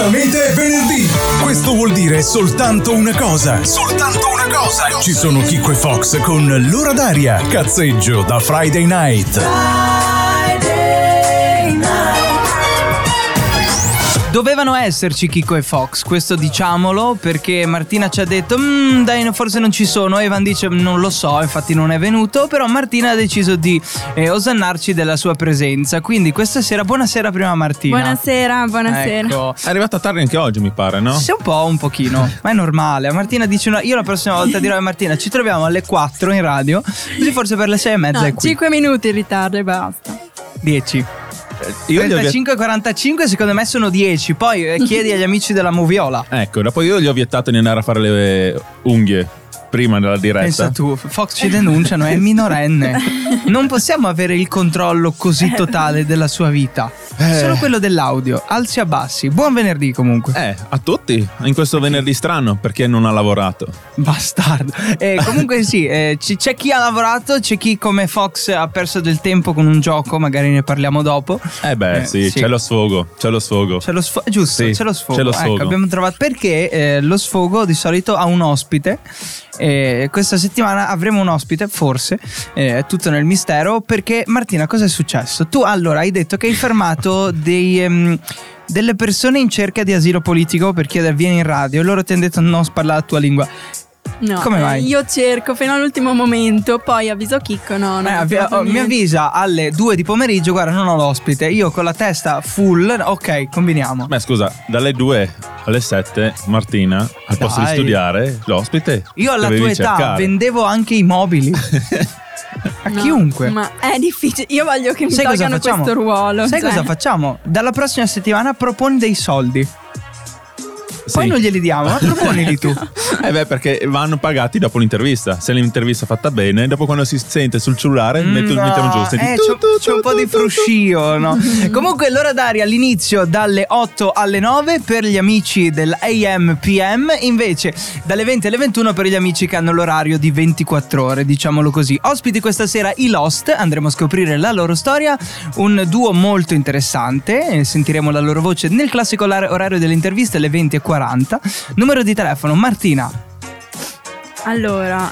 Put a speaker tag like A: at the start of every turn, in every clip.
A: Finalmente è venerdì! Questo vuol dire soltanto una cosa. Soltanto una cosa! Ci sono Chicco e Fox con l'ora d'aria. Cazzeggio da Friday Night.
B: Dovevano esserci Chicco e Fox, questo diciamolo, perché Martina ci ha detto dai, forse non ci sono. Evan dice non lo so, infatti non è venuto. Però Martina ha deciso di osannarci della sua presenza. Quindi questa sera, buonasera prima Martina.
C: Buonasera.
B: Ecco.
D: È arrivata tardi anche oggi, mi pare, no?
B: Sì, un pochino, ma è normale. Martina dice io la prossima volta dirò a Martina ci troviamo alle 4 in radio, così forse per le 6:30 è qui.
C: 5 minuti in ritardo e basta.
B: 10.
D: Io
B: 35-45 secondo me sono 10. Poi chiedi agli amici della Moviola.
D: Ecco, dopo io gli ho vietato di andare a fare le unghie prima della diretta.
B: Pensa tu, Fox ci denunciano, è minorenne. Non possiamo avere il controllo così totale della sua vita. Solo quello dell'audio, alzi e abbassi. Buon venerdì comunque.
D: A tutti, in questo venerdì strano, perché non ha lavorato.
B: Bastardo. Comunque sì, c'è chi ha lavorato, c'è chi come Fox ha perso del tempo con un gioco, magari ne parliamo dopo.
D: Sì, c'è lo sfogo.
B: Giusto,
D: sì,
B: c'è lo sfogo.
D: C'è lo sfogo.
B: Ecco, abbiamo trovato perché lo sfogo di solito ha un ospite. Questa settimana avremo un ospite, forse, è tutto nel mistero. Perché Martina, cosa è successo? Tu allora hai detto che hai fermato delle persone in cerca di asilo politico per chiedere vieni in radio e loro ti hanno detto non parla la tua lingua.
C: No,
B: come mai?
C: Io cerco fino all'ultimo momento, poi avviso Chicco,
B: mi avvisa alle 2 di pomeriggio, guarda non ho l'ospite, io con la testa full, ok, combiniamo.
D: Beh scusa, dalle 2 alle 7 Martina, al posto di studiare, l'ospite
B: io alla tua età
D: cercare.
B: Vendevo anche i mobili. A chiunque.
C: Ma è difficile. Io voglio che mi
B: Sai
C: tolgano questo ruolo.
B: Sai cosa facciamo? Dalla prossima settimana proponi dei soldi. Poi non glieli diamo, ma proponili tu.
D: Perché vanno pagati dopo l'intervista. Se l'intervista è fatta bene, dopo quando si sente sul cellulare mettiamo giù.
B: C'è un po' di fruscio, no? Comunque l'ora d'aria all'inizio dalle 8 alle 9 per gli amici dell'AM PM, invece dalle 20 alle 21 per gli amici che hanno l'orario di 24 ore, diciamolo così. Ospiti questa sera i Lost, andremo a scoprire la loro storia, un duo molto interessante, sentiremo la loro voce nel classico orario delle interviste alle 20:40. Numero di telefono Martina.
C: Allora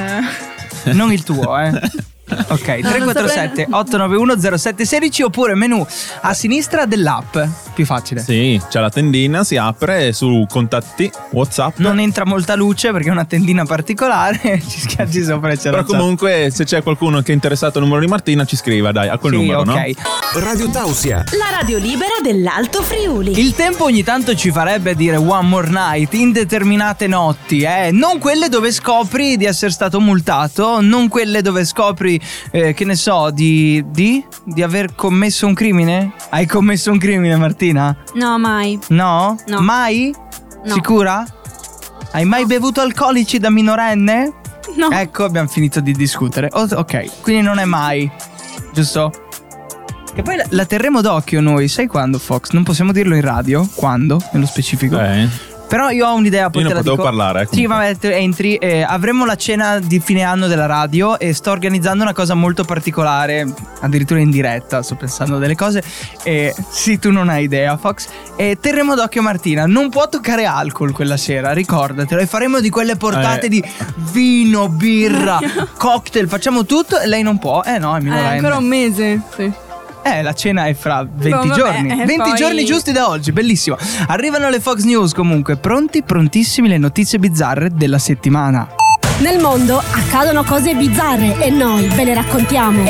B: non il tuo, Ok, 347 891 0716 oppure menu a sinistra dell'app, più facile.
D: Sì, c'è la tendina, si apre su contatti WhatsApp.
B: Non entra molta luce perché è una tendina particolare, ci schiacci sopra e c'è.
D: Però comunque se c'è qualcuno che è interessato al numero di Martina ci scriva, dai, a quel numero,
B: okay.
D: No?
A: Radio Tausia,
E: la radio libera dell'Alto Friuli.
B: Il tempo ogni tanto ci farebbe dire one more night in determinate notti, non quelle dove scopri di essere stato multato, non quelle dove scopri che ne so di aver commesso un crimine. Hai commesso un crimine Martina?
C: No, mai.
B: No? Mai?
C: No.
B: Sicura? Hai mai bevuto alcolici da minorenne?
C: No.
B: Ecco, abbiamo finito di discutere. Ok, quindi non è mai, giusto? Che poi la terremo d'occhio noi, sai quando, Fox? Non possiamo dirlo in radio, quando, nello specifico. Però io ho un'idea, poi
D: io
B: te
D: non
B: la
D: potevo
B: dico.
D: parlare.
B: Sì, vabbè, entri. Avremo la cena di fine anno della radio e sto organizzando una cosa molto particolare, addirittura in diretta, sto pensando delle cose. Sì, tu non hai idea, Fox. E terremo d'occhio Martina, non può toccare alcol quella sera, ricordatelo. E faremo di quelle portate di vino, birra, cocktail, facciamo tutto e lei non può. No, è minorenne.
C: È ancora un mese, sì.
B: La cena è fra 20 giorni. 20
C: poi...
B: giorni giusti da oggi, bellissimo. Arrivano le Fox News comunque, prontissimi le notizie bizzarre della settimana.
E: Nel mondo accadono cose bizzarre e noi ve le raccontiamo.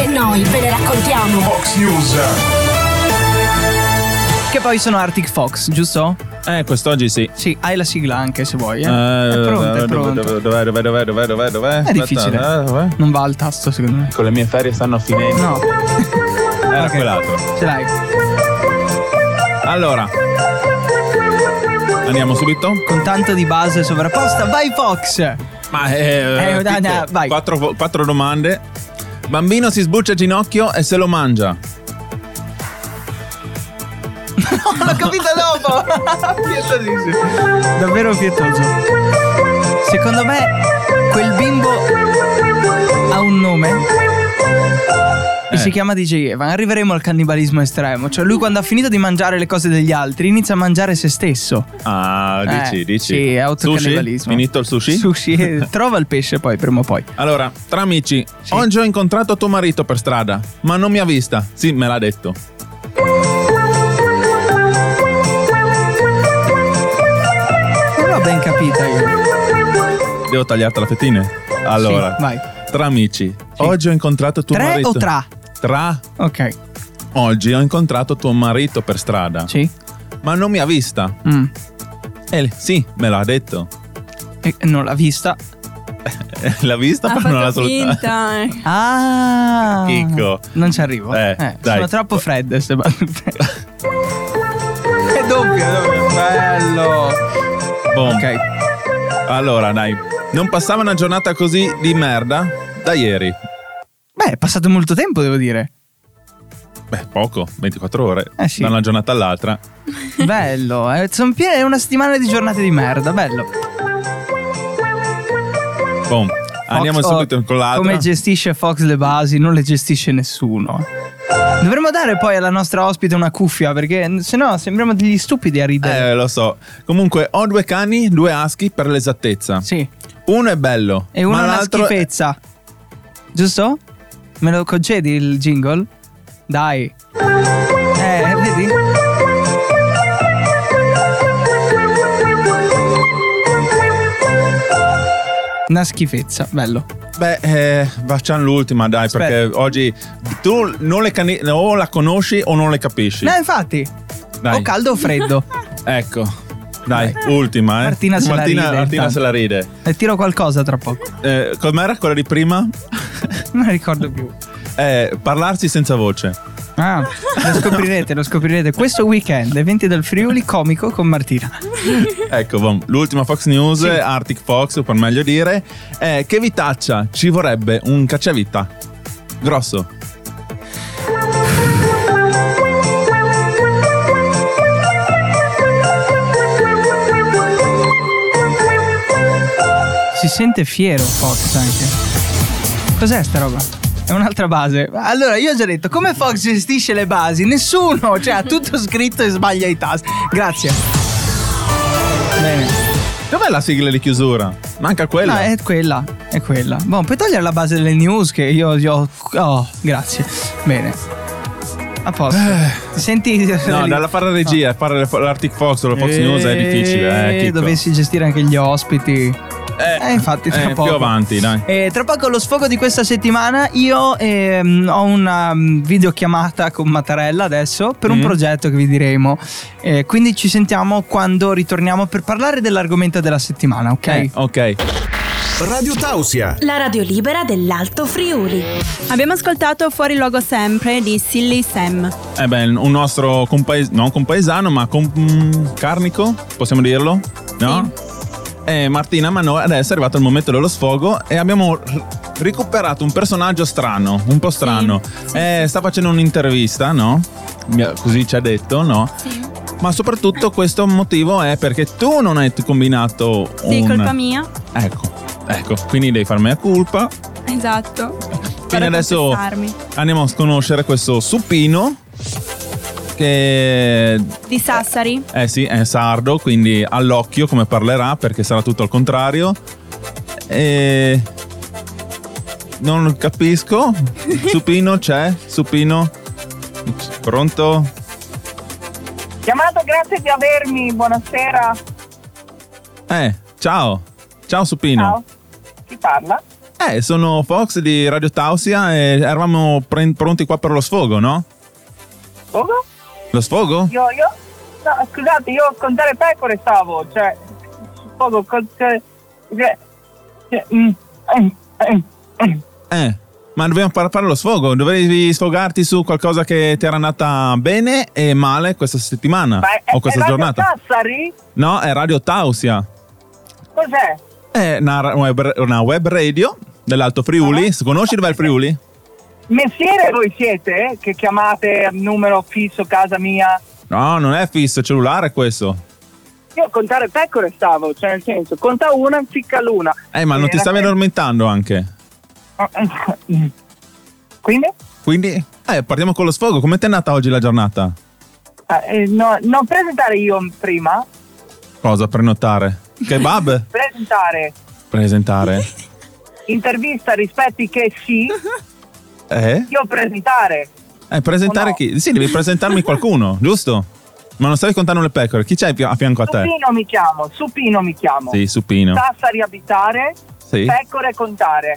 A: Fox News.
B: Che poi sono Arctic Fox, giusto?
D: Quest'oggi sì.
B: Sì, hai la sigla anche se vuoi. È pronta.
D: Dov'è?
B: È difficile.
D: Dov'è?
B: Non va al tasto secondo me.
D: Con le mie ferie stanno finendo.
B: No.
D: Era quell'altro.
B: Ce l'hai.
D: Allora, andiamo subito.
B: Con tanto di base sovrapposta. Vai Fox.
D: Ma
B: vai.
D: Quattro domande. Bambino si sbuccia il ginocchio e se lo mangia.
B: No, l'ho capito dopo. Pietosissimo. Davvero pietoso. Secondo me quel bimbo ha un nome. E si chiama DJ Evan. Arriveremo al cannibalismo estremo. Cioè lui quando ha finito di mangiare le cose degli altri inizia a mangiare se stesso.
D: Ah, dici.
B: Sì, è autocannibalismo.
D: Sushi? Finito il sushi?
B: Sushi, trova il pesce poi, prima o poi.
D: Allora, tra amici,
B: Sì.
D: oggi ho incontrato tuo marito per strada, ma non mi ha vista. Sì, me l'ha detto.
B: Non l'ho ben capita io.
D: Devo tagliarti la fettine? Allora,
B: Sì, vai.
D: tra amici, oggi ho incontrato tuo
B: Tre
D: marito.
B: o tra?
D: Tra.
B: Ok.
D: Oggi ho incontrato tuo marito per strada,
B: Sì.
D: ma non mi ha vista. Sì, me l'ha detto.
B: E non l'ha vista.
D: L'ha vista,
C: Ha
D: però non l'ha
C: fatto
D: salutata.
C: finta.
B: Ah.
D: Chicco.
B: Non ci arrivo.
D: Dai.
B: Sono troppo fredde queste battute. È doppio. Bello.
D: Boom.
B: Ok.
D: Allora, dai. Non passava una giornata così di merda da ieri.
B: Beh, è passato molto tempo, devo dire.
D: Beh, poco, 24 ore.
B: Sì.
D: Da una giornata all'altra.
B: Bello. È una settimana di giornate di merda. Bello.
D: Boom. Andiamo
B: Fox,
D: subito con l'altra.
B: Come gestisce Fox le basi? Non le gestisce nessuno. Dovremmo dare poi alla nostra ospite una cuffia, perché sennò sembriamo degli stupidi a ridere.
D: Lo so. Comunque, ho 2 cani, 2 husky per l'esattezza.
B: Sì.
D: Uno è bello.
B: E uno
D: ma
B: è una
D: l'altro
B: schifezza. Giusto? Me lo concedi il jingle? Dai. Vedi? Una schifezza, bello.
D: Beh, facciamo l'ultima, dai,
B: Aspetta.
D: perché oggi tu non o la conosci o non le capisci.
B: No, infatti.
D: Dai.
B: O caldo o freddo.
D: Ecco. Dai, ultima,
B: Martina se la ride,
D: Martina
B: intanto.
D: se la ride.
B: E tiro qualcosa tra poco.
D: Com'era quella di prima?
B: Non ricordo più.
D: Parlarsi senza voce.
B: Ah, lo scoprirete questo weekend, eventi del Friuli comico con Martina.
D: Ecco, l'ultima Fox News,
B: Sì.
D: Arctic Fox per meglio dire, è che vitaccia ci vorrebbe un cacciavita grosso.
B: Si sente fiero Fox anche. Cos'è sta roba? È un'altra base. Allora, io ho già detto, come Fox gestisce le basi? Nessuno, cioè ha tutto scritto e sbaglia i tasti. Grazie. Bene.
D: Dov'è la sigla di chiusura? Manca quella.
B: No, è quella. Boh, puoi togliere la base delle news che io Oh, grazie. Bene. A posto. Ti senti?
D: No, dalla fare la regia, fare l'Arctic Fox o la Fox News è difficile. Chicco.
B: Dovessi gestire anche gli ospiti. Infatti, tra poco.
D: Più avanti, dai.
B: Tra poco lo sfogo di questa settimana. Io ho una videochiamata con Mattarella adesso per un progetto che vi diremo. Quindi ci sentiamo quando ritorniamo per parlare dell'argomento della settimana, ok?
D: Ok.
A: Radio Tausia.
E: La radio libera dell'Alto Friuli.
C: Abbiamo ascoltato Fuori luogo sempre di Silly Sam.
D: Un nostro non compaesano, ma carnico, possiamo dirlo? No? Martina, ma noi adesso è arrivato il momento dello sfogo e abbiamo recuperato un personaggio strano, un po' strano. Sta facendo un'intervista, no? Così ci ha detto, no?
C: Sì.
D: Ma soprattutto questo motivo è perché tu non hai combinato
C: Sì, colpa mia.
D: Ecco, quindi devi farmi la colpa.
C: Esatto.
D: Quindi adesso
C: confessarmi.
D: andiamo a conoscere questo supino che
C: Di Sassari.
D: sì, è sardo, quindi all'occhio come parlerà, perché sarà tutto al contrario. E non capisco. Supino c'è? Supino? Pronto?
F: Chiamato, grazie di avermi, buonasera.
D: Ciao. Ciao Supino.
F: Ciao, chi parla?
D: Sono Fox di Radio Tausia e eravamo pronti qua per lo sfogo, no?
F: Sfogo?
D: Lo sfogo?
F: Io? No, scusate, io a contare pecore stavo, cioè, sfogo,
D: Ma dobbiamo fare lo sfogo. Dovevi sfogarti su qualcosa che ti era andata bene e male questa settimana o questa
F: è
D: giornata.
F: Radio Sassari?
D: No, è Radio Tausia.
F: Cos'è?
D: È una web radio dell'Alto Friuli. Conosci dov'è il Friuli?
F: Mestiere voi siete, che chiamate numero fisso casa mia?
D: No, non è fisso, è cellulare questo.
F: Io a contare pecore stavo, cioè nel senso, conta una, impicca l'una.
D: Ma non ti stavi addormentando anche?
F: Quindi?
D: Quindi, partiamo con lo sfogo. Come ti è andata oggi la giornata?
F: No, non presentare io prima.
D: Cosa prenotare? Kebab?
F: Presentare. Intervista rispetti che sì. Io presentare.
D: Presentare
F: no?
D: chi? Sì, devi presentarmi qualcuno, giusto? Ma non stavi contando le pecore. Chi c'hai a fianco a te?
F: Supino mi chiamo.
D: Sì, Supino.
F: Sassari abitare.
D: Sì.
F: Pecore contare.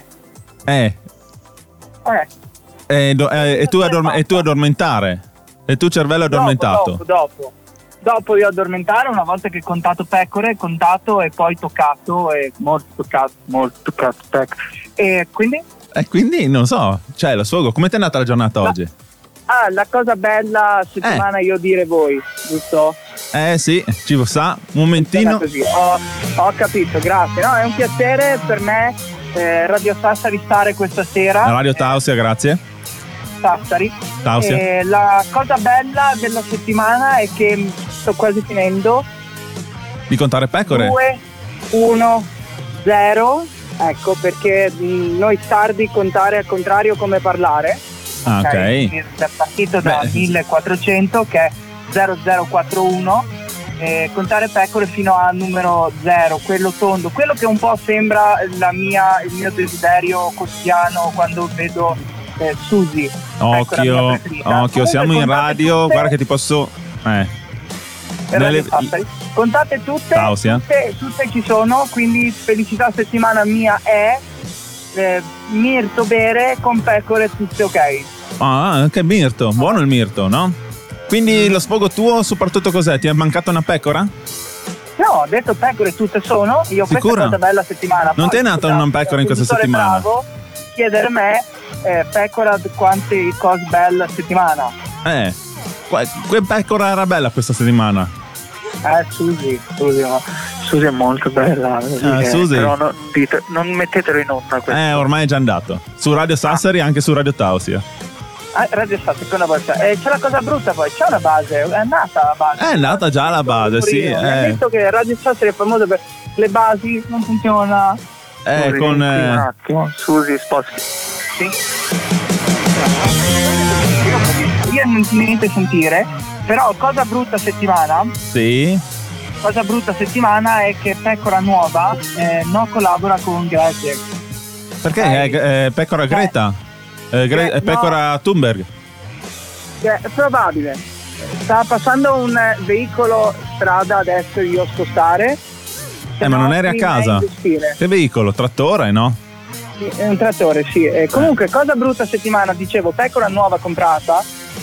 D: E tu addormentare. E tu cervello addormentato.
F: Dopo di addormentare, una volta che contato pecore, contato e poi toccato e molto toccato pecore. E quindi?
D: E quindi non so, cioè lo sfogo, come ti è andata la giornata oggi?
F: La cosa bella settimana io dire voi, giusto?
D: Sì, ci sa, un momentino.
F: Così. Ho capito, grazie. No, è un piacere per me Radio Sassari stare questa sera.
D: Radio Tausia, grazie.
F: Sassari.
D: Tausia.
F: La cosa bella della settimana è che sto quasi finendo.
D: Di contare pecore?
F: 2, 1, 0. Ecco, perché noi sardi contare al contrario come parlare.
D: Ok.
F: È partito da 1400 che è 0041 e contare pecore fino al numero 0, quello tondo, quello che un po' sembra il mio desiderio quotidiano quando vedo Susi.
D: Occhio, siamo in radio,
F: tutte,
D: guarda che ti posso...
F: Contate tutte ci sono, quindi felicità settimana mia è mirto bere con pecore tutte ok.
D: Che mirto, buono il mirto, no? Quindi lo sfogo tuo soprattutto cos'è? Ti è mancata una pecora?
F: No, ho detto pecore tutte sono. Io
D: Sicura?
F: questa è una bella settimana.
D: Non ti è nata una pecora in questa settimana?
F: Bravo, chiedere a me pecora quante cose bella settimana.
D: Che pecora era bella questa settimana?
F: Susi è molto bella.
D: Susi.
F: Però non mettetelo in onda questo.
D: Ormai è già andato. Su Radio Sassari e anche su Radio Tausia.
F: Radio Sassari, una volta. C'è la cosa brutta poi, c'è una base, è nata la base.
D: È nata già la base, sì.
F: Hai visto che Radio Sassari è famosa per le basi, non funziona.
D: Con...
F: Un attimo, Susi, sposti. Sì. Io non niente sentire, però cosa brutta settimana?
D: Sì.
F: Cosa brutta settimana è che Pecora Nuova non collabora con Greg.
D: Perché? Pecora Greta? Pecora Thunberg?
F: È probabile. Sta passando un veicolo strada adesso, io scostare.
D: Ma non eri a casa? Che veicolo? Trattore, no?
F: È un trattore, sì. Comunque, cosa brutta settimana, dicevo, Pecora Nuova comprata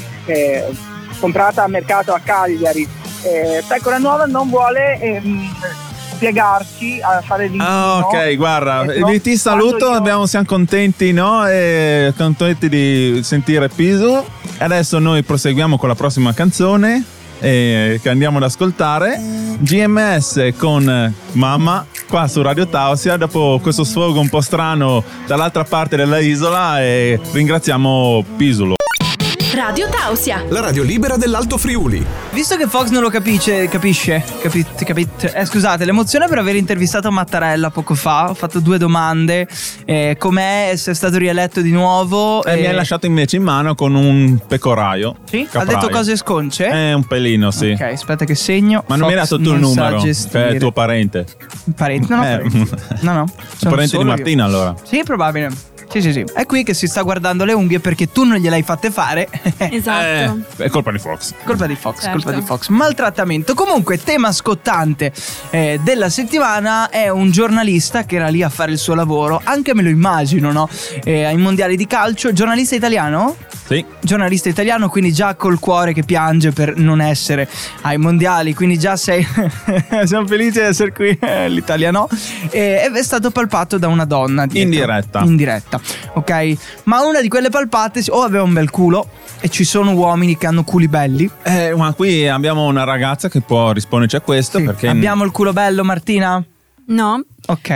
F: al mercato a Cagliari. Pecora Nuova non vuole spiegarci a fare l'invito.
D: Ok, guarda, ti saluto, siamo contenti, no? Contenti di sentire Piso. Adesso noi proseguiamo con la prossima canzone che andiamo ad ascoltare. GMS con Mamma qua su Radio Tausia, dopo questo sfogo un po' strano dall'altra parte della isola, e ringraziamo Pisulo.
G: Radio Tausia,
A: la radio libera dell'Alto Friuli.
B: Visto che Fox non lo capisce, capite? Scusate, l'emozione per aver intervistato Mattarella poco fa. Ho fatto 2 domande. Com'è essere stato rieletto di nuovo?
D: Mi hai lasciato invece in mano con un pecoraio.
B: Sì?
D: Capraio.
B: Ha detto cose sconce?
D: Un pelino, sì.
B: Ok, aspetta che segno.
D: Ma non mi hai dato tu il numero, che è il tuo parente.
B: Parente? No, no.
D: Parente di Martina, allora.
B: Sì, probabile. Sì. È qui che si sta guardando le unghie perché tu non gliele hai fatte fare.
C: Esatto.
D: È colpa di Fox.
C: Certo.
B: Maltrattamento. Comunque, tema scottante della settimana è un giornalista che era lì a fare il suo lavoro. Anche me lo immagino, no? Ai mondiali di calcio. Giornalista italiano?
D: Sì.
B: Giornalista italiano, quindi già col cuore che piange per non essere ai mondiali. Quindi già sei siamo felici di essere qui. L'Italia no. È stato palpato da una donna dietro. In diretta. Ok, ma una di quelle palpate aveva un bel culo, e ci sono uomini che hanno culi belli.
D: Ma qui abbiamo una ragazza che può risponderci a questo,
B: sì.
D: Perché
B: abbiamo il culo bello, Martina?
C: No.
B: Ok.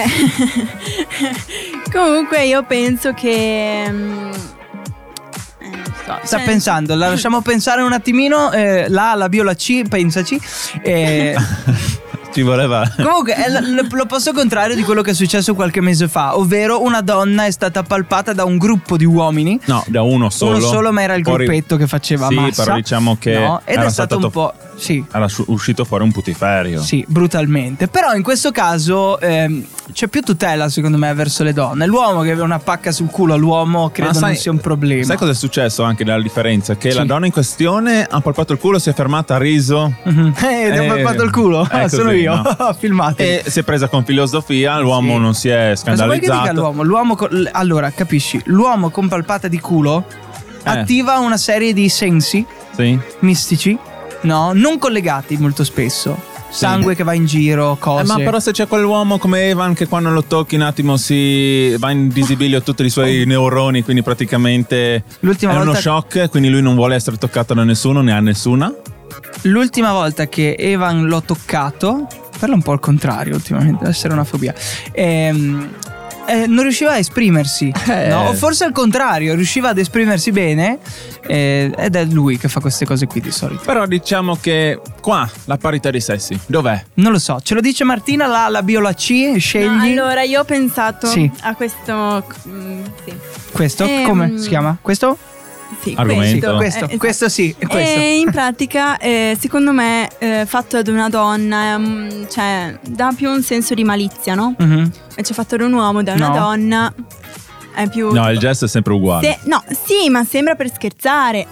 C: Comunque io penso che
B: sta pensando, la lasciamo pensare un attimino. La B o la C, pensaci.
D: Ci voleva.
B: Comunque è l'opposto contrario di quello che è successo qualche mese fa, ovvero una donna è stata appalpata da un gruppo di uomini.
D: No, da uno solo.
B: Uno solo, ma era il gruppetto che faceva massa.
D: Sì, però diciamo che
B: no, ed
D: era
B: è stato un po'. Sì.
D: Era uscito fuori un putiferio.
B: Sì, brutalmente. Però in questo caso c'è più tutela secondo me verso le donne. L'uomo che aveva una pacca sul culo all'uomo credo non sia un problema.
D: Sai cosa è successo anche della differenza? Che
B: Sì.
D: la donna in questione ha palpato il culo, si è fermata, ha riso.
B: Ti ho palpato il culo? Sono
D: così,
B: io.
D: no?
B: Filmate.
D: E si è presa con filosofia. L'uomo
B: Sì.
D: non si è
B: Cosa vuoi che dica
D: scandalizzato.
B: l'uomo? Allora, capisci? L'uomo con palpata di culo attiva una serie di sensi
D: Sì.
B: mistici, no? Non collegati molto spesso. Sangue che va in giro, cose.
D: Ma però se c'è quell'uomo come Evan che quando lo tocchi un attimo si va in visibilio tutti i suoi neuroni, quindi praticamente
B: L'ultima
D: è uno
B: volta-
D: shock, quindi lui non vuole essere toccato da nessuno, ne ha nessuna.
B: L'ultima volta che Evan l'ho toccato, parla un po' al contrario ultimamente, deve essere una fobia. Non riusciva a esprimersi, no? O forse al contrario, riusciva ad esprimersi bene, ed è lui che fa queste cose qui di solito.
D: Però diciamo che qua la parità di sessi, dov'è?
B: Non lo so, ce lo dice Martina, la Biola C,
C: No,
B: scegli.
C: allora, io ho pensato
B: Sì.
C: a questo. Sì.
B: Questo, come si chiama? Questo?
C: Sì,
D: Argomento.
B: Questo,
C: esatto.
B: questo sì, è questo.
C: E in pratica, secondo me, fatto ad una donna, cioè, dà più un senso di malizia, no?
B: Mhm.
C: Invece fatto da un uomo, da una
B: No.
C: donna, è più.
D: No, il gesto è sempre uguale.
C: No, sì, ma sembra per scherzare.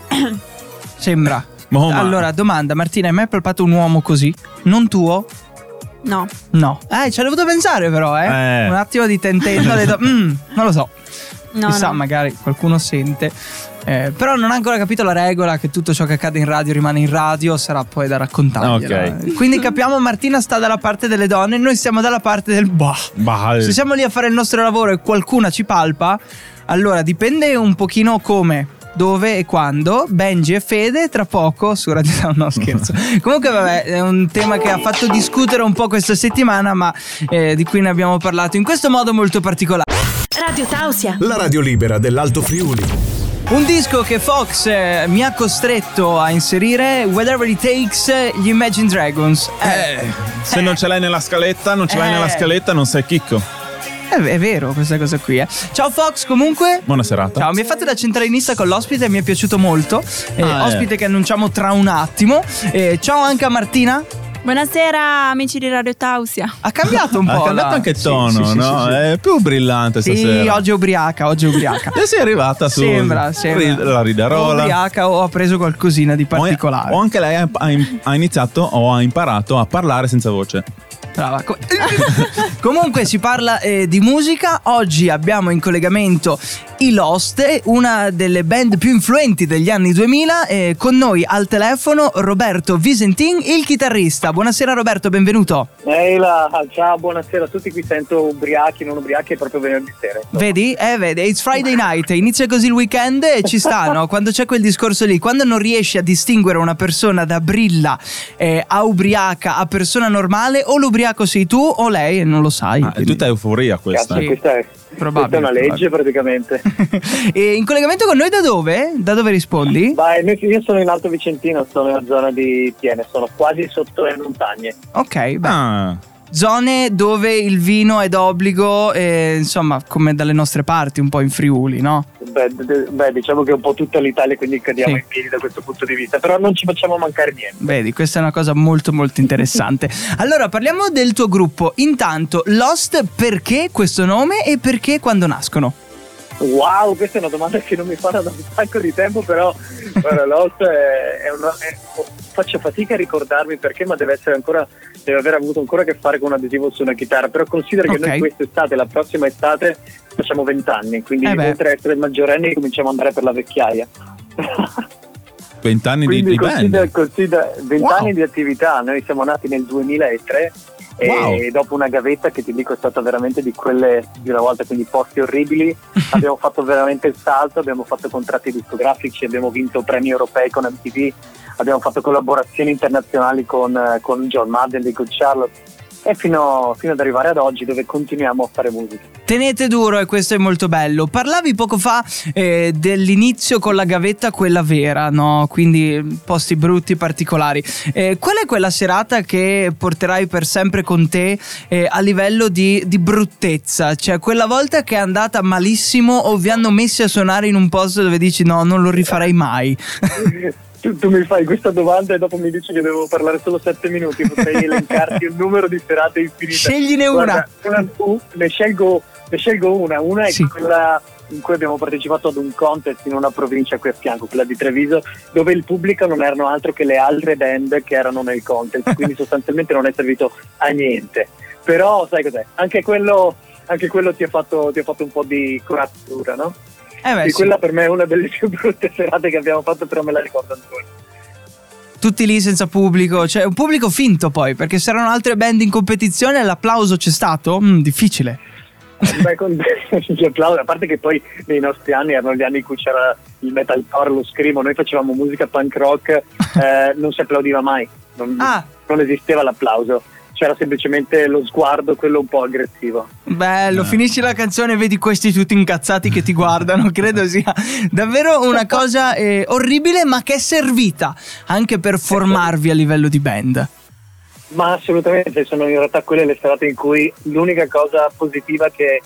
B: Sembra.
D: Ma-
B: Allora, domanda, Martina, hai mai palpato un uomo così? Non tuo?
C: No.
B: No. Ci hai dovuto pensare però,
D: Eh.
B: Un attimo di tentennio, ho detto, non lo so.
C: No,
B: Chissà,
C: no.
B: magari qualcuno sente. Però non ha ancora capito la regola che tutto ciò che accade in radio rimane in radio, sarà poi da raccontargli.
D: Ok.
B: Quindi capiamo, Martina sta dalla parte delle donne, noi stiamo dalla parte del
D: Bah,
B: Se siamo lì a fare il nostro lavoro e qualcuna ci palpa, allora dipende un pochino come, dove e quando. Benji e Fede tra poco su Radio Tausia. No, scherzo. Comunque vabbè, è un tema che ha fatto discutere un po' questa settimana, ma di cui ne abbiamo parlato in questo modo molto particolare.
G: Radio Tausia.
A: La radio libera dell'Alto Friuli.
B: Un disco che Fox mi ha costretto a inserire, Whatever It Takes, gli Imagine Dragons.
D: se non ce l'hai nella scaletta, non sei chicco.
B: È vero questa cosa qui. Ciao Fox, comunque.
D: Buona serata.
B: Ciao, mi hai fatto da centralinista con l'ospite, mi è piaciuto molto. Ospite che annunciamo tra un attimo. Ciao anche a Martina.
C: Buonasera, amici di Radio Tausia.
B: Ha cambiato un po'.
D: Ha cambiato anche il tono,
B: sì,
D: no?
B: sì.
D: È più brillante
B: Sì,
D: stasera.
B: oggi è ubriaca.
D: E sei arrivata su
B: Sembra.
D: la ridarola.
B: Ubriaca o ha preso qualcosina di particolare.
D: O anche lei ha iniziato o ha imparato a parlare senza voce.
B: Brava. Comunque si parla di musica. Oggi abbiamo in collegamento i Lost, una delle band più influenti degli anni 2000. Con noi al telefono Roberto Visentin, il chitarrista. Buonasera Roberto, benvenuto.
F: Ehi là, ciao, buonasera a tutti, qui sento ubriachi, non ubriachi, è proprio venerdì sera.
B: Vedi? Vedi, it's Friday night, inizia così il weekend e ci sta, no? Quando c'è quel discorso lì, quando non riesci a distinguere una persona da brilla a ubriaca a persona normale, o l'ubriaco sei tu o lei e non lo sai.
D: È tutta euforia questa.
F: Cazzo,
B: Sì.
F: questa è una legge praticamente.
B: E in collegamento con noi da dove? Da dove rispondi?
F: Io sono in Alto Vicentino, sono nella zona di Tiene, sono quasi sotto le montagne.
B: Ok, beh.
D: Ah,
B: Zone dove il vino è d'obbligo, insomma, come dalle nostre parti, un po' in Friuli, no?
F: Beh, diciamo che è un po' tutta l'Italia, quindi cadiamo
B: Sì.
F: in piedi da questo punto di vista, però non ci facciamo mancare niente.
B: Vedi, questa è una cosa molto molto interessante. Allora, parliamo del tuo gruppo. Intanto, Lost, perché questo nome e perché quando nascono?
F: Wow, questa è una domanda che non mi fanno da un sacco di tempo, però guarda, Lost faccio fatica a ricordarmi perché, ma deve aver avuto ancora a che fare con un adesivo su una chitarra. Però considera che noi quest'estate, la prossima estate, facciamo 20 anni, quindi oltre a essere maggiorenni cominciamo ad andare per la vecchiaia.
D: 20 anni
F: Quindi
D: di band.
F: considera 20
B: Wow.
F: anni di attività. Noi siamo nati nel 2003 e dopo una gavetta che ti dico è stata veramente di quelle di una volta, quindi posti orribili, abbiamo fatto veramente il salto, abbiamo fatto contratti discografici, abbiamo vinto premi europei con MTV, abbiamo fatto collaborazioni internazionali con John Madden di Good Charlotte. e fino ad arrivare ad oggi, dove continuiamo a fare musica.
B: Tenete duro e questo è molto bello. Parlavi poco fa dell'inizio con la gavetta, quella vera, no? Quindi posti brutti, particolari. Qual è quella serata che porterai per sempre con te a livello di bruttezza? Cioè quella volta che è andata malissimo o vi hanno messi a suonare in un posto dove dici no, non lo rifarei mai?
F: Tu mi fai questa domanda e dopo mi dici che devo parlare solo 7 minuti. Potrei elencarti un numero di serate infinite.
B: Scegliene una.
F: Ne scelgo una. Una è
B: sì.
F: quella in cui abbiamo partecipato ad un contest in una provincia qui a fianco, quella di Treviso, dove il pubblico non erano altro che le altre band che erano nel contest, quindi sostanzialmente non è servito a niente. Però sai cos'è? Anche quello ti ha fatto un po' di corazzatura, no?
B: Sì.
F: Quella per me è una delle più brutte serate che abbiamo fatto, però me la ricordo ancora.
B: Tutti lì senza pubblico, cioè un pubblico finto poi, perché se erano altre band in competizione l'applauso c'è stato? Difficile.
F: Beh, con gli applausi, a parte che poi nei nostri anni erano gli anni in cui c'era il metalcore, lo screamo, noi facevamo musica punk rock, non si applaudiva mai, non esisteva l'applauso. C'era semplicemente lo sguardo, quello un po' aggressivo.
B: Bello, finisci la canzone e vedi questi tutti incazzati che ti guardano. Credo sia davvero una cosa orribile, ma che è servita anche per formarvi a livello di band.
F: Ma assolutamente, sono in realtà quelle le serate in cui l'unica cosa positiva che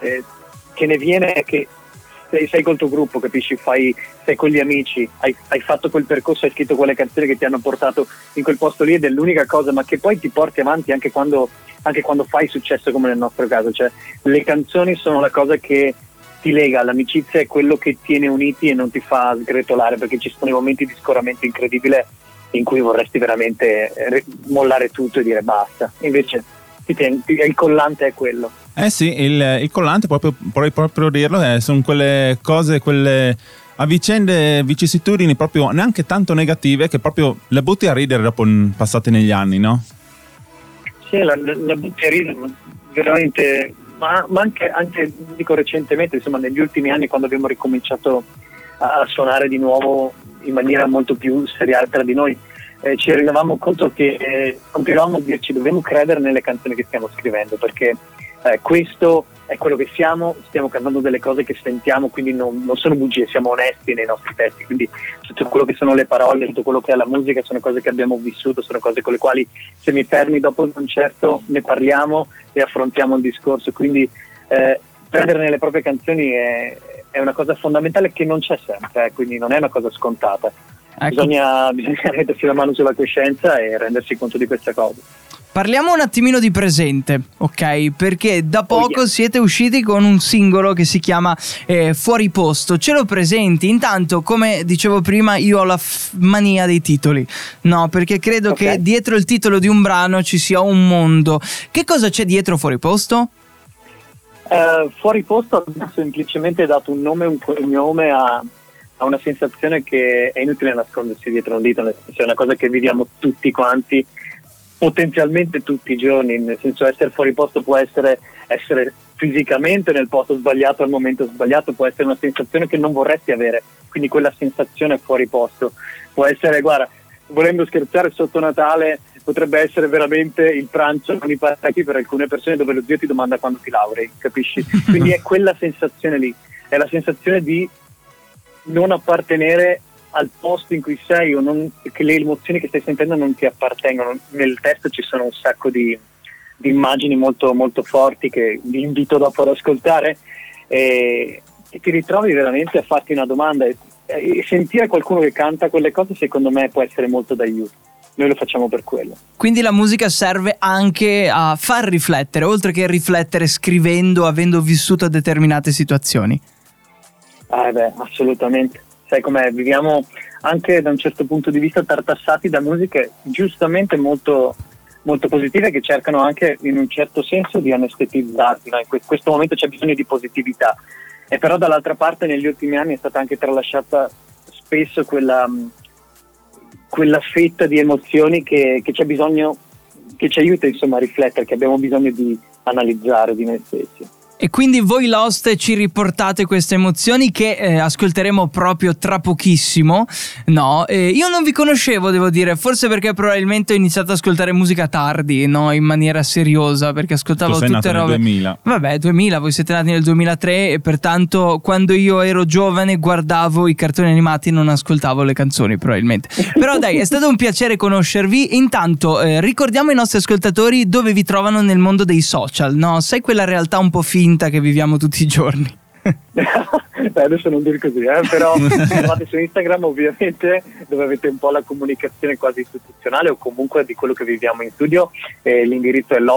F: ne viene è che sei col tuo gruppo, capisci? Sei con gli amici, hai fatto quel percorso, hai scritto quelle canzoni che ti hanno portato in quel posto lì, ed è l'unica cosa, ma che poi ti porti avanti anche quando fai successo, come nel nostro caso. Cioè, le canzoni sono la cosa che ti lega, l'amicizia è quello che tiene uniti e non ti fa sgretolare, perché ci sono i momenti di scoramento incredibile in cui vorresti veramente mollare tutto e dire basta. Invece il collante è quello.
D: Sì, il collante, vorrei proprio dirlo, sono quelle cose, quelle vicende, vicissitudini proprio neanche tanto negative, che proprio le butti a ridere dopo passate negli anni, no?
F: Sì, la butti a ridere veramente, ma anche dico recentemente, insomma negli ultimi anni, quando abbiamo ricominciato a suonare di nuovo in maniera molto più seriale tra di noi, ci rendevamo conto che continuavamo a dirci dobbiamo credere nelle canzoni che stiamo scrivendo, perché questo è quello che stiamo cantando delle cose che sentiamo, quindi non sono bugie, siamo onesti nei nostri testi, quindi tutto quello che sono le parole, tutto quello che è la musica sono cose che abbiamo vissuto, sono cose con le quali se mi fermi dopo il concerto ne parliamo e affrontiamo il discorso, quindi credere nelle proprie canzoni è una cosa fondamentale che non c'è sempre, quindi non è una cosa scontata. Ecco. Bisogna mettersi la mano sulla coscienza e rendersi conto di questa cosa.
B: Parliamo un attimino di presente, ok? Perché da poco siete usciti con un singolo che si chiama Fuori Posto. Ce lo presenti? Intanto, come dicevo prima, io ho la mania dei titoli, no? Perché credo che dietro il titolo di un brano ci sia un mondo. Che cosa c'è dietro Fuori Posto?
F: Fuori Posto ha semplicemente dato un nome, un cognome a una sensazione che è inutile nascondersi dietro un dito, nel senso è una cosa che viviamo tutti quanti, potenzialmente tutti i giorni, nel senso essere fuori posto può essere fisicamente nel posto sbagliato al momento sbagliato, può essere una sensazione che non vorresti avere, quindi quella sensazione fuori posto può essere, guarda, volendo scherzare, sotto Natale potrebbe essere veramente il pranzo con i pacchi per alcune persone, dove lo zio ti domanda quando ti laurei, capisci? Quindi è quella sensazione lì, è la sensazione di non appartenere al posto in cui sei, o che le emozioni che stai sentendo non ti appartengono. Nel testo ci sono un sacco di immagini molto, molto forti che vi invito dopo ad ascoltare, e ti ritrovi veramente a farti una domanda, e sentire qualcuno che canta quelle cose secondo me può essere molto d'aiuto. Noi lo facciamo per quello. Quindi la musica serve anche a far riflettere, oltre che riflettere scrivendo, avendo vissuto determinate situazioni. Assolutamente. Sai com'è? Viviamo anche da un certo punto di vista tartassati da musiche giustamente molto, molto positive, che cercano anche in un certo senso di anestetizzarti, no? In questo momento c'è bisogno di positività, e però dall'altra parte negli ultimi anni è stata anche tralasciata spesso quella fetta di emozioni che c'è bisogno, che ci aiuta insomma a riflettere, che abbiamo bisogno di analizzare di noi stessi.
B: E quindi voi Lost ci riportate queste emozioni che ascolteremo proprio tra pochissimo. No, io non vi conoscevo, devo dire, forse perché probabilmente ho iniziato ad ascoltare musica tardi, no, in maniera seriosa, perché ascoltavo
D: Tu sei
B: tutte
D: nato
B: robe.
D: nel 2000.
B: Vabbè, 2000, voi siete nati nel 2003 e pertanto quando io ero giovane guardavo i cartoni animati, non ascoltavo le canzoni probabilmente. Però dai, è stato un piacere conoscervi. Intanto ricordiamo ai nostri ascoltatori dove vi trovano nel mondo dei social, no? Sai quella realtà un po' finta che viviamo tutti i giorni.
H: Adesso non dire così, però trovate su Instagram ovviamente, dove avete un po' la comunicazione quasi istituzionale o comunque di quello che viviamo in studio. L'indirizzo è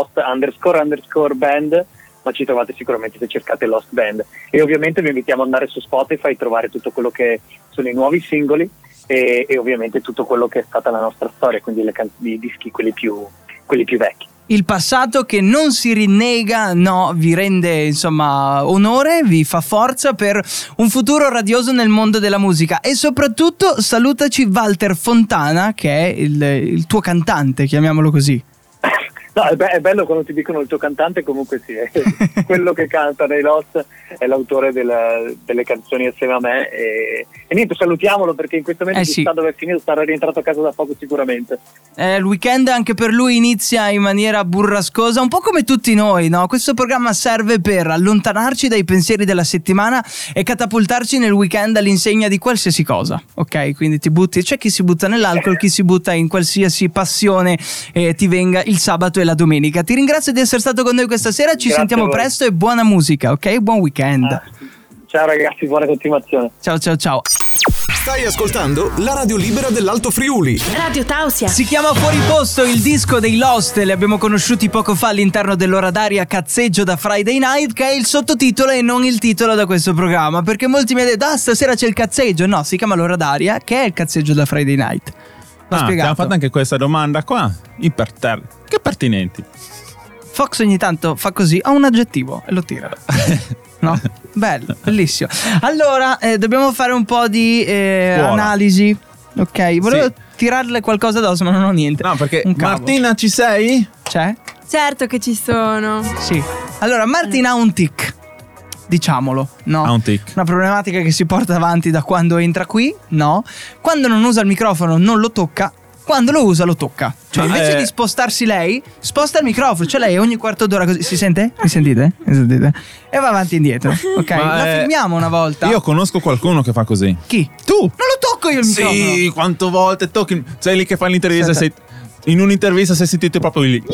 H: lost__band, ma ci trovate sicuramente se cercate Lost Band. E ovviamente vi invitiamo ad andare su Spotify, trovare tutto quello che sono i nuovi singoli e ovviamente tutto quello che è stata la nostra storia, quindi i dischi quelli più vecchi.
B: Il passato che non si rinnega, no, vi rende insomma onore, vi fa forza per un futuro radioso nel mondo della musica. E soprattutto salutaci Walter Fontana, che è il tuo cantante, chiamiamolo così.
H: No, è bello quando ti dicono il tuo cantante, comunque sì, è quello che canta nei Lost, è l'autore delle canzoni assieme a me e niente, salutiamolo perché in questo momento chissà dove è finito, sarà rientrato a casa da poco sicuramente.
B: Il weekend anche per lui inizia in maniera burrascosa, un po' come tutti noi, no? Questo programma serve per allontanarci dai pensieri della settimana e catapultarci nel weekend all'insegna di qualsiasi cosa, ok? Quindi ti butti, c'è chi si butta nell'alcol, chi si butta in qualsiasi passione ti venga il sabato e la domenica. Ti ringrazio di essere stato con noi questa sera, ci sentiamo presto e buona musica, ok? Buon weekend.
H: Ciao ragazzi, buona continuazione.
B: Ciao ciao ciao.
A: Stai ascoltando la radio libera dell'Alto Friuli.
G: Radio Tausia.
B: Si chiama Fuori Posto, il disco dei Lost, li abbiamo conosciuti poco fa all'interno dell'ora d'aria Cazzeggio da Friday Night, che è il sottotitolo e non il titolo da questo programma, perché molti mi hanno detto stasera c'è il cazzeggio. No, si chiama l'ora d'aria, che è il cazzeggio da Friday Night.
D: Abbiamo fatto anche questa domanda qua, iperterra. Che pertinenti.
B: Fox ogni tanto fa così, ha un aggettivo e lo tira. No? Bello, bellissimo. Allora, dobbiamo fare un po' di analisi. Ok, volevo tirarle qualcosa addosso, ma non ho niente.
D: No, perché Martina, ci sei?
B: C'è?
C: Certo che ci sono.
B: Sì. Allora, Martina ha un tic. Diciamolo, no?
D: Ha un tic.
B: Una problematica che si porta avanti da quando entra qui, no? Quando non usa il microfono non lo tocca, quando lo usa lo tocca. Cioè invece di spostarsi lei, sposta il microfono. Cioè lei ogni quarto d'ora così. Si sente? Mi sentite? Mi sentite? E va avanti e indietro. Ok, la filmiamo una volta.
D: Io conosco qualcuno che fa così.
B: Chi?
D: Tu!
B: Non lo tocco io il microfono.
D: Sì, quante volte tocchi. Sei lì che fai l'intervista, in un'intervista sei sentito proprio lì.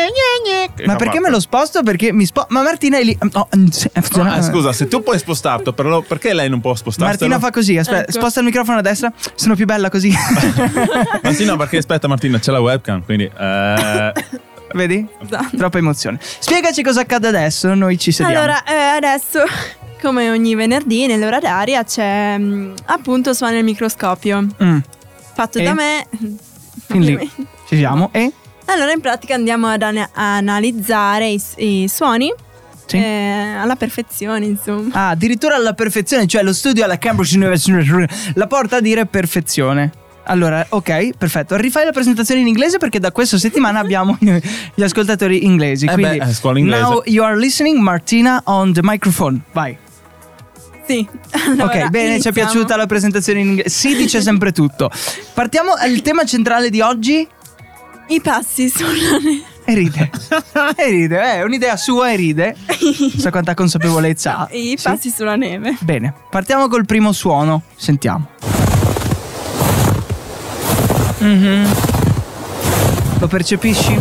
B: Ma perché me lo sposto? Perché mi ma Martina è lì.
D: Scusa, se tu puoi spostarlo, però perché lei non può spostarlo?
B: Martina fa così, aspetta, sposta il microfono a destra. Sono più bella così.
D: Ma sì, no, perché aspetta Martina, c'è la webcam, quindi
B: Vedi? Troppa emozione. Spiegaci cosa accade adesso, noi ci sediamo.
C: Allora, adesso, come ogni venerdì nell'ora d'aria c'è appunto suona il microscopio. Fatto da me.
B: Fin lì ci siamo. E?
C: Allora in pratica andiamo ad analizzare i suoni alla perfezione, insomma.
B: Addirittura alla perfezione, cioè lo studio alla Cambridge University la porta a dire perfezione. Allora, ok, perfetto. Rifai la presentazione in inglese perché da questa settimana abbiamo gli ascoltatori inglesi. Quindi
D: scuola inglese.
B: Now you are listening Martina on the microphone. Vai.
C: Sì. Allora,
B: ok, bene,
C: iniziamo.
B: ci è piaciuta la presentazione in inglese. Si dice sempre tutto. Partiamo al tema centrale di oggi.
C: I passi sulla neve.
B: E ride, è un'idea sua e ride. Sa quanta consapevolezza ha.
C: I passi sulla neve.
B: Bene, partiamo col primo suono. Sentiamo. Lo percepisci?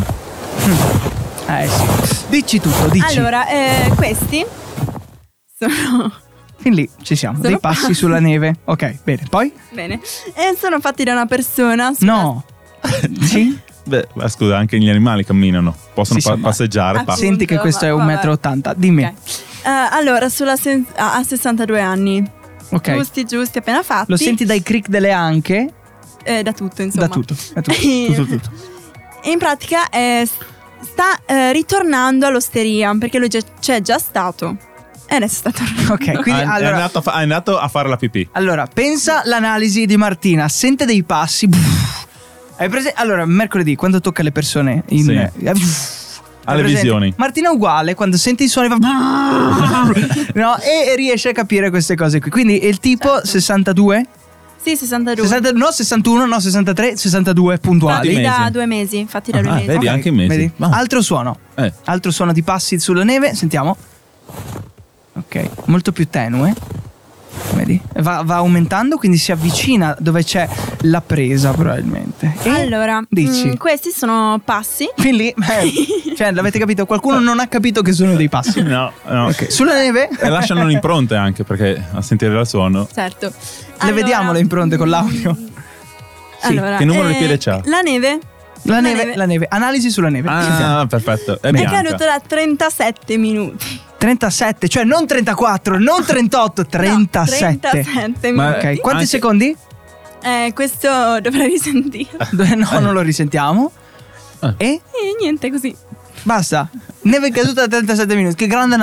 B: Sì. Dici tutto, dici.
C: Allora, questi sono...
B: Fin lì ci siamo, dei passi sulla neve. Ok, bene, poi?
C: Bene. E sono fatti da una persona.
B: No. Sì?
D: Beh, ma scusa, anche gli animali camminano, possono passeggiare.
C: Appunto,
B: senti che questo è 1,80 m, dimmi.
C: Okay. Allora, ha 62 anni.
B: Ok.
C: Giusti, appena fatti.
B: Lo senti dai crick delle anche?
C: Da tutto, insomma.
B: Da tutto. Tutto.
C: E in pratica sta ritornando all'osteria perché lui c'è già stato. E adesso sta tornando.
B: Ok, quindi allora,
D: è andato a fare la pipì.
B: Allora, pensa l'analisi di Martina. Sente dei passi. Hai preso? Allora, mercoledì, quando tocca le persone
D: Alle visioni.
B: Martina è uguale, quando sente i suoni va no, e riesce a capire queste cose qui. Quindi il tipo 62?
C: Sì, 62.
B: No, 61, no, 63, 62 puntuali.
C: Fatti da 2 mesi. Fatti da 2 mesi.
D: Vedi, anche in mesi.
B: Vedi? Altro suono. Altro suono di passi sulla neve, sentiamo. Ok, molto più tenue. Vedi? Va aumentando, quindi si avvicina dove c'è la presa probabilmente. E
C: allora,
B: dici?
C: Questi sono passi.
B: Fin lì, cioè l'avete capito? Qualcuno non ha capito che sono dei passi.
D: No.
B: Okay. Sulla neve?
D: E lasciano le impronte anche, perché a sentire il suono.
C: Certo.
B: Le vediamo le impronte con l'audio?
D: Sì. Allora, che numero di piede c'ha?
C: La neve.
B: La neve. Analisi sulla neve.
D: Perfetto. È
C: caduto da 37 minuti.
B: 37, cioè non 34, non 38, 37.
C: No, 37 minuti.
B: Ok, quanti secondi?
C: Questo dovrei risentire.
B: No, non lo risentiamo. E
C: niente, così.
B: Basta. Neve caduta da 37 minuti. Che grande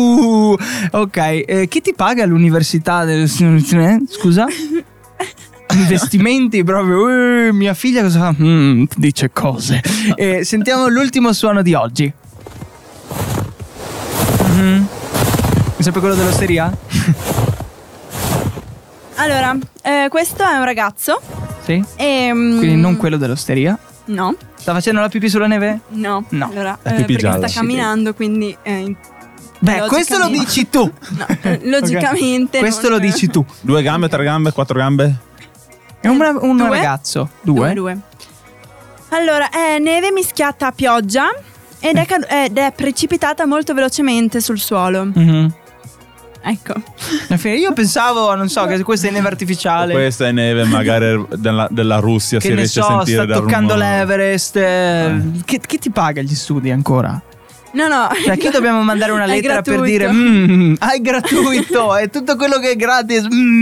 B: ok, chi ti paga all'università scusa? Investimenti proprio. Mia figlia cosa fa? Dice cose. Sentiamo l'ultimo suono di oggi. Sempre quello dell'osteria?
C: Allora, questo è un ragazzo.
B: Sì. Quindi non quello dell'osteria?
C: No.
B: Sta facendo la pipì sulla neve?
C: No. Allora,
D: perché
C: sta camminando, quindi
B: beh, questo lo dici tu.
C: No, logicamente.
B: Okay. Questo lo dici tu.
D: 2 gambe, 3 gambe, 4 gambe?
B: È un ragazzo. Due.
C: Allora, è neve mischiata a pioggia ed è precipitata molto velocemente sul suolo. Ecco.
B: Io pensavo, non so, che questa è neve artificiale.
D: Questa è neve magari della Russia,
B: che
D: si
B: ne
D: riesce
B: so,
D: a sentire
B: sta
D: dal
B: toccando
D: rumore.
B: l'Everest. Chi ti paga gli studi ancora?
C: No.
B: Cioè, chi dobbiamo mandare una lettera per dire è gratuito, è tutto quello che è gratis.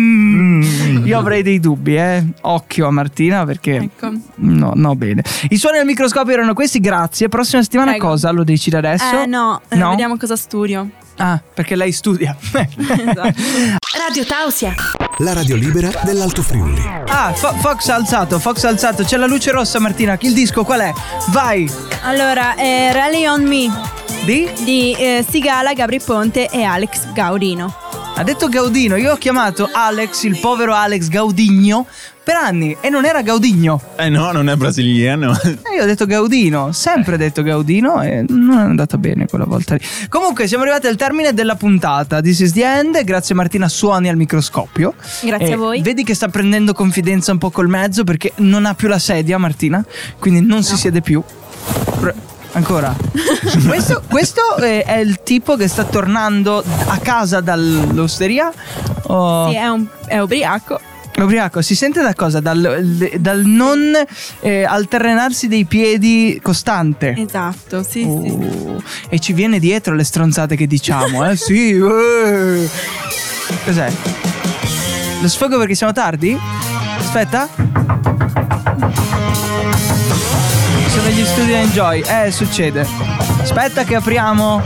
B: Io avrei dei dubbi, occhio a Martina, perché
C: ecco.
B: No, bene. I suoni al microscopio erano questi, grazie. Prossima settimana
C: Prego.
B: Cosa? Lo decide adesso?
C: No, vediamo cosa studio.
B: Ah, perché lei studia.
C: Esatto.
G: Radio Tausia,
A: la radio libera dell'Alto Friuli.
B: Fox ha alzato. C'è la luce rossa, Martina. Il disco qual è? Vai.
C: Allora, Rally on Me
B: di
C: Sigala, Gabri Ponte e Alex Gaudino.
B: Ha detto Gaudino. Io ho chiamato Alex, il povero Alex Gaudigno, per anni e non era Gaudigno.
D: No, non è brasiliano.
B: Io ho detto Gaudino, sempre detto Gaudino, e non è andata bene quella volta lì. Comunque siamo arrivati al termine della puntata. This is the end. Grazie Martina, suoni al microscopio.
C: Grazie a voi.
B: Vedi che sta prendendo confidenza un po' col mezzo, perché non ha più la sedia Martina, quindi non si siede più. Ancora. Questo è il tipo che sta tornando a casa dall'osteria?
C: Sì, è ubriaco.
B: Ubriaco, si sente da cosa? Dal non alternarsi dei piedi costante.
C: Esatto, sì.
B: E ci viene dietro le stronzate che diciamo, sì. Cos'è? Lo sfogo perché siamo tardi? Aspetta. Sono gli studi Enjoy. Succede. Aspetta che apriamo.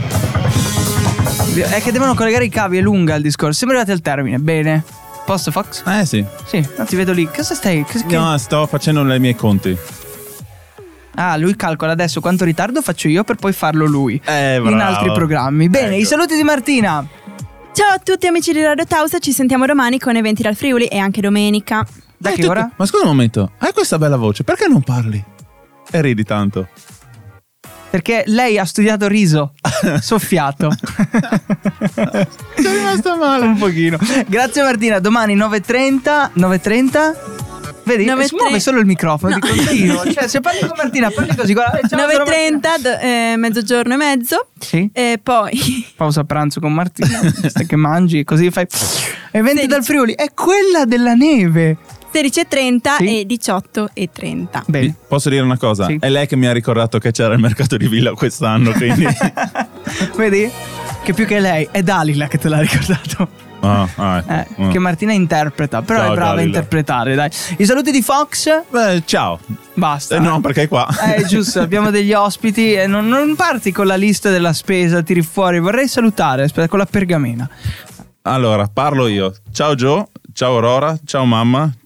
B: È che devono collegare i cavi, è lunga il discorso. Siamo arrivati al termine, bene. Posto, Fox?
D: Sì.
B: Sì, no, ti vedo lì. Cosa stai?
D: No, sto facendo i miei conti.
B: Lui calcola adesso quanto ritardo faccio io per poi farlo lui
D: Bravo.
B: in altri programmi. Bene, I saluti di Martina.
C: Ciao a tutti amici di Radio Tausia, ci sentiamo domani con eventi dal Friuli e anche domenica.
B: Da che ora?
D: Ma scusa un momento, hai questa bella voce, perché non parli? E ridi tanto.
B: Perché lei ha studiato riso soffiato.
D: Ci è rimasto male
B: un pochino. Grazie Martina, domani 9:30. Vedi? Si muove solo il microfono, di continuo. Cioè, se parli con Martina, parli così.
C: 9:30, mezzogiorno e mezzo.
B: Sì.
C: E poi
B: pausa pranzo con Martina. Stai che mangi, così fai. Eventi dal Friuli. È quella della neve.
C: 16:30 e 18:30.
B: Bene.
D: Posso dire una cosa?
B: Sì.
D: È lei che mi ha ricordato che c'era il mercato di Villa quest'anno, quindi
B: vedi? Che più che lei è Dalila che te l'ha ricordato. Che Martina interpreta, però
D: Ciao,
B: è brava
D: Dalila.
B: a interpretare, dai. I saluti di Fox?
D: Ciao.
B: Basta.
D: No, perché è qua.
B: Giusto, abbiamo degli ospiti e non parti con la lista della spesa, tiri fuori. Vorrei salutare, aspetta, con la pergamena.
D: Allora, parlo io. Ciao Gio, ciao Aurora, ciao mamma,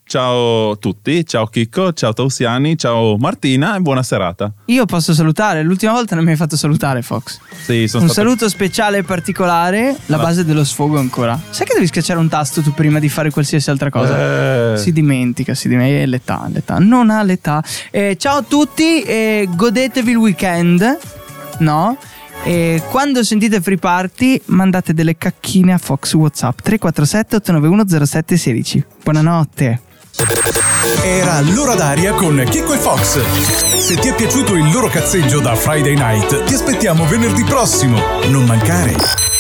D: ciao tutti, ciao Chicco, ciao Tausiani, ciao Martina e buona serata.
B: Io posso salutare, l'ultima volta non mi hai fatto salutare, Fox.
D: Sì,
B: Un saluto speciale e particolare, la base dello sfogo ancora. Sai che devi schiacciare un tasto tu prima di fare qualsiasi altra cosa? Si dimentica, l'età, non ha l'età. Ciao a tutti e godetevi il weekend, no? E quando sentite Free Party mandate delle cacchine a Fox WhatsApp 347 891 0716. Buonanotte.
A: Era l'ora d'aria con Chicco e Fox. Se ti è piaciuto il loro cazzeggio da Friday Night, ti aspettiamo venerdì prossimo. Non mancare.